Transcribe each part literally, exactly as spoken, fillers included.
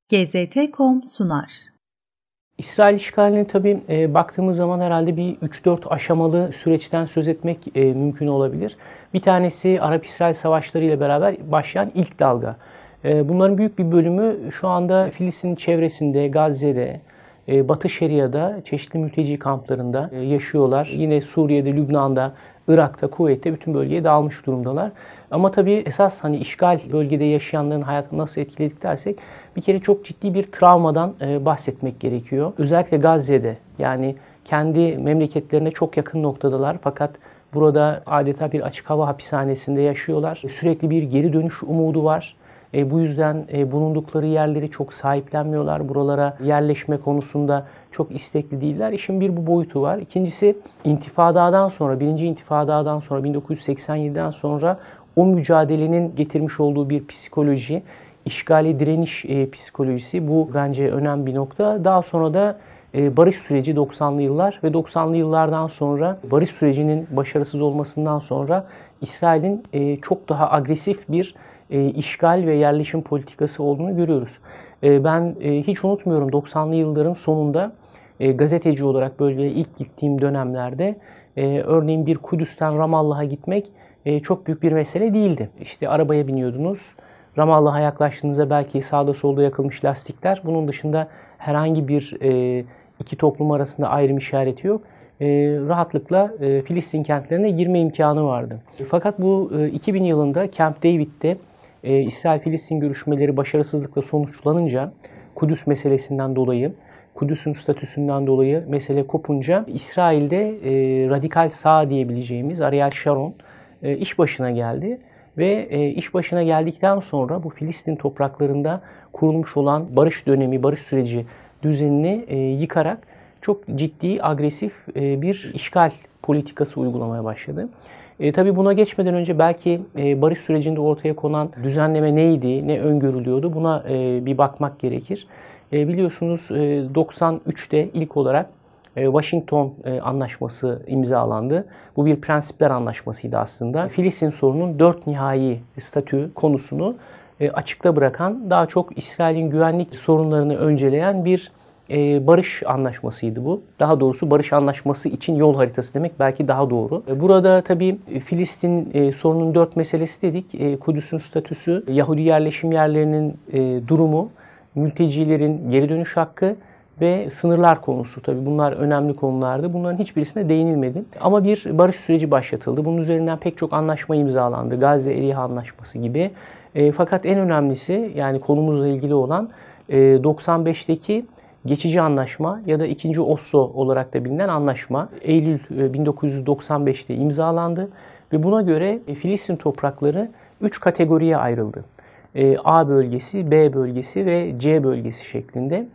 G Z T nokta com sunar. İsrail işgaline tabii e, baktığımız zaman herhalde bir üç dört aşamalı süreçten söz etmek e, mümkün olabilir. Bir tanesi Arap-İsrail savaşları ile beraber başlayan ilk dalga. E, bunların büyük bir bölümü şu anda Filistin çevresinde, Gazze'de, e, Batı Şeria'da, çeşitli mülteci kamplarında e, yaşıyorlar. Yine Suriye'de, Lübnan'da, Irak'ta, Kuveyt'te bütün bölgeye dağılmış durumdalar. Ama tabii esas hani işgal bölgede yaşayanların hayatını nasıl etkiledik dersek bir kere çok ciddi bir travmadan e, bahsetmek gerekiyor. Özellikle Gazze'de, yani kendi memleketlerine çok yakın noktadalar fakat burada adeta bir açık hava hapishanesinde yaşıyorlar. Sürekli bir geri dönüş umudu var. E, bu yüzden e, bulundukları yerleri çok sahiplenmiyorlar. Buralara yerleşme konusunda çok istekli değiller. İşin bir bu boyutu var. İkincisi intifadadan sonra, birinci intifadadan sonra, bin dokuz yüz seksen yediden sonra o mücadelenin getirmiş olduğu bir psikoloji, işgali direniş e, psikolojisi, bu bence önemli bir nokta. Daha sonra da e, barış süreci doksanlı yıllar ve doksanlı yıllardan sonra barış sürecinin başarısız olmasından sonra İsrail'in e, çok daha agresif bir e, işgal ve yerleşim politikası olduğunu görüyoruz. E, ben e, hiç unutmuyorum doksanlı yılların sonunda e, gazeteci olarak bölgeye ilk gittiğim dönemlerde e, örneğin bir Kudüs'ten Ramallah'a gitmek e, çok büyük bir mesele değildi. İşte arabaya biniyordunuz. Ramallah'a yaklaştığınızda belki sağda solda yakılmış lastikler. Bunun dışında herhangi bir e, iki toplum arasında ayrım işareti yok. E, rahatlıkla e, Filistin kentlerine girme imkanı vardı. E, fakat bu e, iki bin yılında Camp David'de e, İsrail-Filistin görüşmeleri başarısızlıkla sonuçlanınca, Kudüs meselesinden dolayı, Kudüs'ün statüsünden dolayı mesele kopunca İsrail'de e, radikal sağ diyebileceğimiz Ariel Sharon e, iş başına geldi. Ve e, iş başına geldikten sonra bu Filistin topraklarında kurulmuş olan barış dönemi, barış süreci düzenini e, yıkarak çok ciddi, agresif e, bir işgal politikası uygulamaya başladı. E, tabii buna geçmeden önce belki e, barış sürecinde ortaya konan düzenleme neydi, ne öngörülüyordu, buna e, bir bakmak gerekir. E, biliyorsunuz e, doksan üçte ilk olarak Washington Anlaşması imzalandı. Bu bir prensipler anlaşmasıydı aslında. Filistin sorunun dört nihai statü konusunu açıkta bırakan, daha çok İsrail'in güvenlik sorunlarını önceleyen bir barış anlaşmasıydı bu. Daha doğrusu barış anlaşması için yol haritası demek belki daha doğru. Burada tabii Filistin sorunun dört meselesi dedik. Kudüs'ün statüsü, Yahudi yerleşim yerlerinin durumu, mültecilerin geri dönüş hakkı ve sınırlar konusu. Tabii bunlar önemli konulardı. Bunların hiçbirisine değinilmedi. Ama bir barış süreci başlatıldı. Bunun üzerinden pek çok anlaşma imzalandı. Gazze-Eriha Anlaşması gibi. E, fakat en önemlisi, yani konumuzla ilgili olan e, doksan beşteki geçici anlaşma ya da ikinci Oslo olarak da bilinen anlaşma Eylül bin dokuz yüz doksan beşte imzalandı. Ve buna göre e, Filistin toprakları üç kategoriye ayrıldı. E, A bölgesi, B bölgesi ve C bölgesi şeklinde.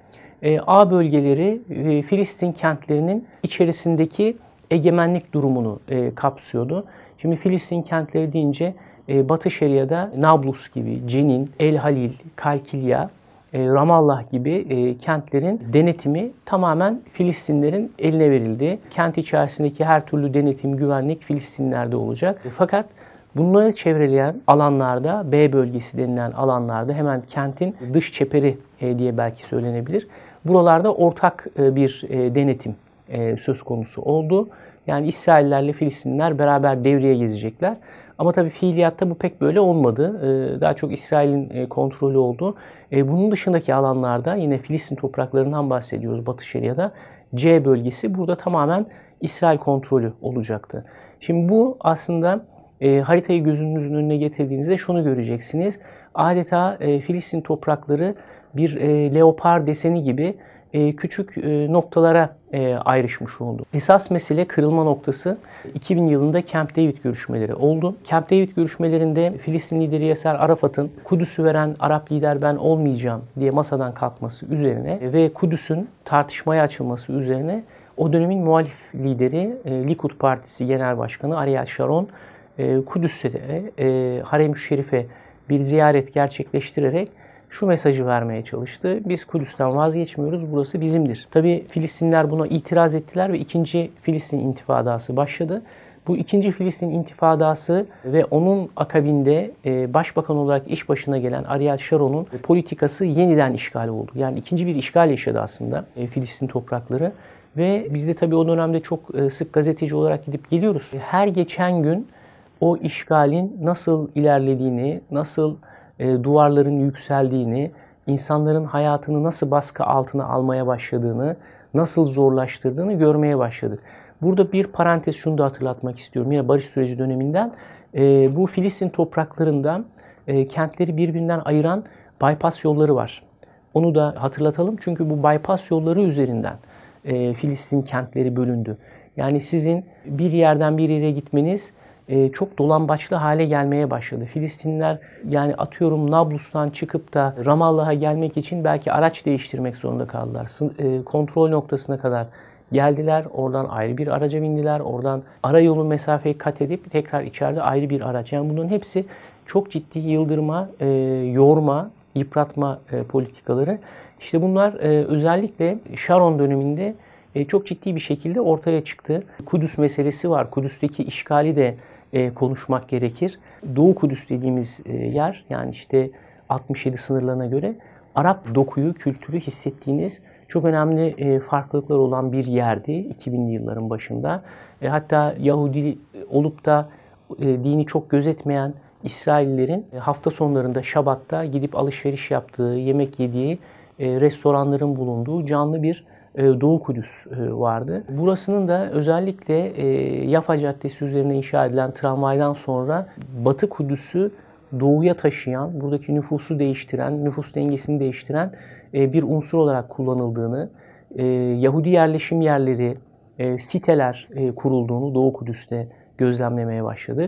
A bölgeleri Filistin kentlerinin içerisindeki egemenlik durumunu kapsıyordu. Şimdi Filistin kentleri deyince Batı Şeria'da Nablus gibi, Cenin, El Halil, Kalkilya, Ramallah gibi kentlerin denetimi tamamen Filistinlerin eline verildi. Kent içerisindeki her türlü denetim, güvenlik Filistinlerde olacak. Fakat bunları çevreleyen alanlarda, B bölgesi denilen alanlarda, hemen kentin dış çeperi diye belki söylenebilir, buralarda ortak bir denetim söz konusu oldu. Yani İsraillerle Filistinliler beraber devreye gezecekler. Ama tabii fiiliyatta bu pek böyle olmadı. Daha çok İsrail'in kontrolü oldu. Bunun dışındaki alanlarda, yine Filistin topraklarından bahsediyoruz Batı Şeria'da, C bölgesi burada tamamen İsrail kontrolü olacaktı. Şimdi bu aslında e, haritayı gözünüzün önüne getirdiğinizde şunu göreceksiniz. Adeta e, Filistin toprakları bir e, leopar deseni gibi e, küçük e, noktalara e, ayrışmış oldu. Esas mesele, kırılma noktası iki bin yılında Camp David görüşmeleri oldu. Camp David görüşmelerinde Filistin lideri Yaser Arafat'ın Kudüs'ü veren Arap lider ben olmayacağım diye masadan kalkması üzerine ve Kudüs'ün tartışmaya açılması üzerine o dönemin muhalif lideri e, Likud Partisi Genel Başkanı Ariel Sharon e, Kudüs'e e, Harem-i Şerif'e bir ziyaret gerçekleştirerek şu mesajı vermeye çalıştı. Biz Kudüs'ten vazgeçmiyoruz, burası bizimdir. Tabii Filistinler buna itiraz ettiler ve ikinci Filistin intifadası başladı. Bu ikinci Filistin İntifadası ve onun akabinde başbakan olarak iş başına gelen Ariel Sharon'un politikası yeniden işgal oldu. Yani ikinci bir işgal yaşadı aslında Filistin toprakları. Ve biz de tabii o dönemde çok sık gazeteci olarak gidip geliyoruz. Her geçen gün o işgalin nasıl ilerlediğini, nasıl duvarların yükseldiğini, insanların hayatını nasıl baskı altına almaya başladığını, nasıl zorlaştırdığını görmeye başladık. Burada bir parantez şunu da hatırlatmak istiyorum. Yine barış süreci döneminden e, bu Filistin topraklarında e, kentleri birbirinden ayıran bypass yolları var. Onu da hatırlatalım çünkü bu bypass yolları üzerinden e, Filistin kentleri bölündü. Yani sizin bir yerden bir yere gitmeniz e, çok dolambaçlı hale gelmeye başladı. Filistinliler yani atıyorum Nablus'tan çıkıp da Ramallah'a gelmek için belki araç değiştirmek zorunda kaldılar. E, kontrol noktasına kadar geldiler, oradan ayrı bir araca bindiler, oradan ara yolu mesafeyi kat edip tekrar içeride ayrı bir araç. Yani bunların hepsi çok ciddi yıldırma, e, yorma, yıpratma e, politikaları. İşte bunlar e, özellikle Sharon döneminde e, çok ciddi bir şekilde ortaya çıktı. Kudüs meselesi var. Kudüs'teki işgali de e, konuşmak gerekir. Doğu Kudüs dediğimiz e, yer, yani işte altmış yedi sınırlarına göre Arap dokuyu, kültürü hissettiğiniz çok önemli e, farklılıklar olan bir yerdi iki binli yılların başında. E, hatta Yahudi olup da e, dini çok gözetmeyen İsraillilerin e, hafta sonlarında, Şabat'ta gidip alışveriş yaptığı, yemek yediği, e, restoranların bulunduğu canlı bir e, Doğu Kudüs e, vardı. Burasının da özellikle e, Yafa Caddesi üzerine inşa edilen tramvaydan sonra Batı Kudüs'ü doğuya taşıyan, buradaki nüfusu değiştiren, nüfus dengesini değiştiren bir unsur olarak kullanıldığını, Yahudi yerleşim yerleri, siteler kurulduğunu Doğu Kudüs'te gözlemlemeye başladık.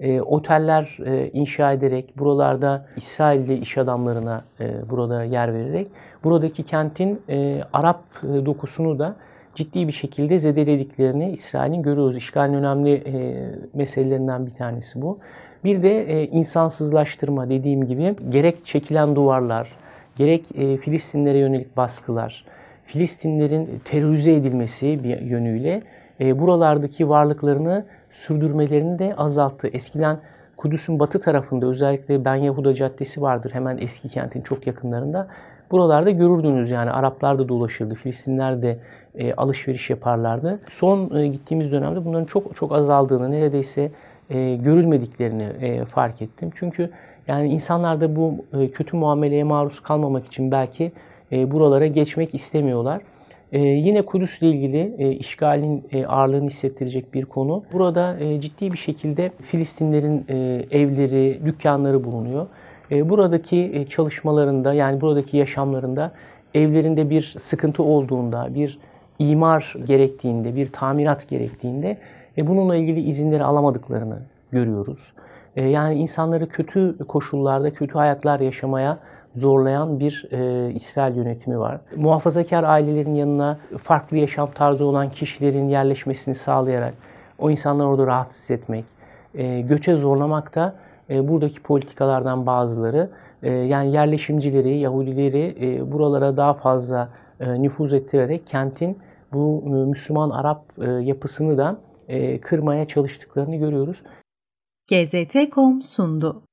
Oteller inşa ederek, buralarda İsrailli iş adamlarına burada yer vererek, buradaki kentin Arap dokusunu da ciddi bir şekilde zedelediklerini İsrail'in görüyoruz. İşgalin önemli meselelerinden bir tanesi bu. Bir de e, insansızlaştırma dediğim gibi gerek çekilen duvarlar, gerek e, Filistinlere yönelik baskılar, Filistinlerin terörize edilmesi bir yönüyle e, buralardaki varlıklarını sürdürmelerini de azalttı. Eskiden Kudüs'ün batı tarafında özellikle Ben Yehuda Caddesi vardır hemen eski kentin çok yakınlarında. Buralarda görürdünüz yani Araplar da dolaşırdı, Filistinler de e, alışveriş yaparlardı. Son e, gittiğimiz dönemde bunların çok çok azaldığını, neredeyse E, görülmediklerini e, fark ettim. Çünkü yani insanlar da bu e, kötü muameleye maruz kalmamak için belki e, buralara geçmek istemiyorlar. E, yine Kudüs'le ilgili e, işgalin e, ağırlığını hissettirecek bir konu. Burada e, ciddi bir şekilde Filistinlerin e, evleri, dükkanları bulunuyor. E, buradaki e, çalışmalarında, yani buradaki yaşamlarında evlerinde bir sıkıntı olduğunda, bir imar gerektiğinde, bir tamirat gerektiğinde E bununla ilgili izinleri alamadıklarını görüyoruz. E yani insanları kötü koşullarda, kötü hayatlar yaşamaya zorlayan bir e, İsrail yönetimi var. Muhafazakar ailelerin yanına farklı yaşam tarzı olan kişilerin yerleşmesini sağlayarak o insanları orada rahatsız etmek, e, göçe zorlamak da e, buradaki politikalardan bazıları. E, yani yerleşimcileri, Yahudileri e, buralara daha fazla e, nüfuz ettirerek kentin bu e, Müslüman-Arap e, yapısını da kırmaya çalıştıklarını görüyoruz. G Z T nokta com sundu.